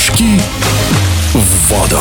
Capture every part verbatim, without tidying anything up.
Прыжки в воду.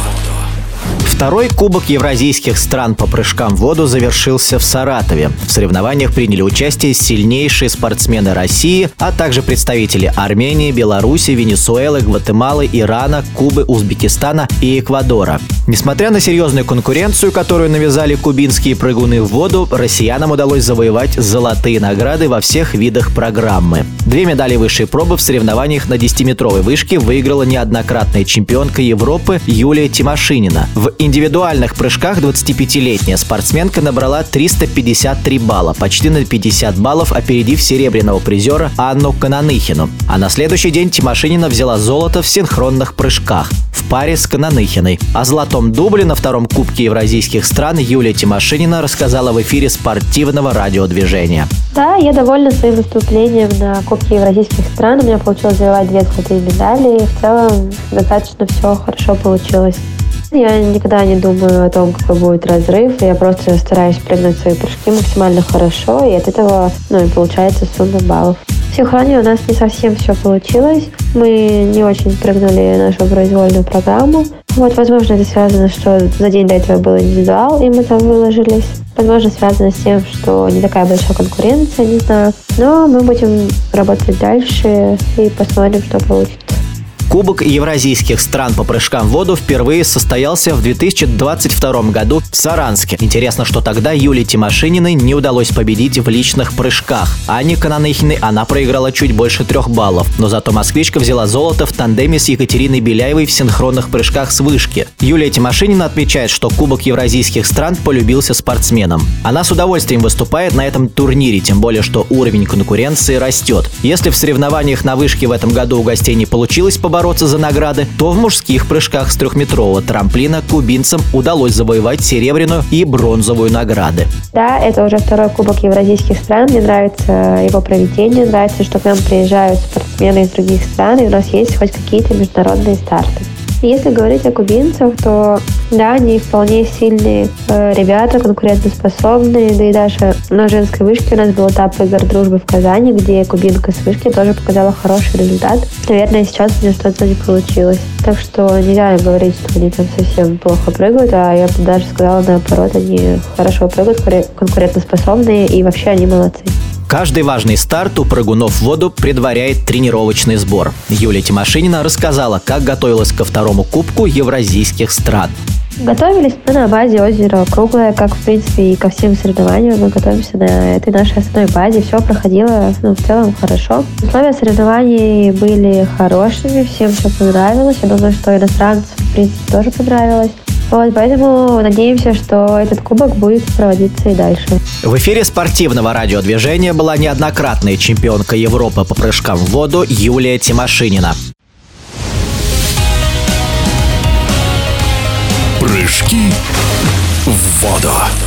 Второй кубок евразийских стран по прыжкам в воду завершился в Саратове. В соревнованиях приняли участие сильнейшие спортсмены России, а также представители Армении, Беларуси, Венесуэлы, Гватемалы, Ирана, Кубы, Узбекистана и Эквадора. Несмотря на серьезную конкуренцию, которую навязали кубинские прыгуны в воду, россиянам удалось завоевать золотые награды во всех видах программы. Две медали высшей пробы в соревнованиях на десятиметровой вышке выиграла неоднократная чемпионка Европы Юлия Тимошинина. В индивидуальных прыжках двадцатипятилетняя спортсменка набрала триста пятьдесят три балла, почти на пятьдесят баллов опередив серебряного призера Анну Кананыхину. А на следующий день Тимошинина взяла золото в синхронных прыжках в паре с Кананыхиной. О золотом дубле на втором Кубке евразийских стран Юлия Тимошинина рассказала в эфире спортивного радиодвижения. Да, я довольна своим выступлением на Кубке евразийских стран. У меня получилось завоевать две золотые медали, и в целом достаточно все хорошо получилось. Я никогда не думаю о том, какой будет разрыв. Я просто стараюсь прыгнуть свои прыжки максимально хорошо, и от этого, ну, и получается сумма баллов. В синхроне у нас не совсем все получилось. Мы не очень прыгнули нашу произвольную программу. Вот, возможно, это связано, что за день до этого был индивидуал, и мы там выложились. Возможно, связано с тем, что не такая большая конкуренция, не знаю. Но мы будем работать дальше и посмотрим, что получится. Кубок евразийских стран по прыжкам в воду впервые состоялся в две тысячи двадцать втором году в Саранске. Интересно, что тогда Юлии Тимошининой не удалось победить в личных прыжках. Анне Кананыхиной она проиграла чуть больше трех баллов, но зато москвичка взяла золото в тандеме с Екатериной Беляевой в синхронных прыжках с вышки. Юлия Тимошинина отмечает, что Кубок евразийских стран полюбился спортсменам. Она с удовольствием выступает на этом турнире, тем более, что уровень конкуренции растет. Если в соревнованиях на вышке в этом году у гостей не получилось побороться, бороться за награды, то в мужских прыжках с трехметрового трамплина кубинцам удалось завоевать серебряную и бронзовую награды. Да, это уже второй Кубок евразийских стран. Мне нравится его проведение, нравится, что к нам приезжают спортсмены из других стран, и у нас есть хоть какие-то международные старты. Если говорить о кубинцах, то да, они вполне сильные э, ребята, конкурентоспособные, да и даже на женской вышке у нас был этап игр дружбы в Казани, где кубинка с вышки тоже показала хороший результат. Наверное, сейчас у меня что-то не получилось. Так что нельзя говорить, что они там совсем плохо прыгают, а я бы даже сказала, наоборот, они хорошо прыгают, конкурентоспособные, и вообще они молодцы. Каждый важный старт у прыгунов в воду предваряет тренировочный сбор. Юлия Тимошинина рассказала, как готовилась ко второму кубку евразийских стран. Готовились мы на базе озера Круглое, как, в принципе, и ко всем соревнованиям. Мы готовимся на этой нашей основной базе. Все проходило, ну, в целом хорошо. Условия соревнований были хорошими, всем все понравилось. Я думаю, что иностранцам, в принципе, тоже понравилось. Вот, поэтому надеемся, что этот кубок будет проводиться и дальше. В эфире спортивного радиодвижения была неоднократная чемпионка Европы по прыжкам в воду Юлия Тимошинина. Прыжки в воду.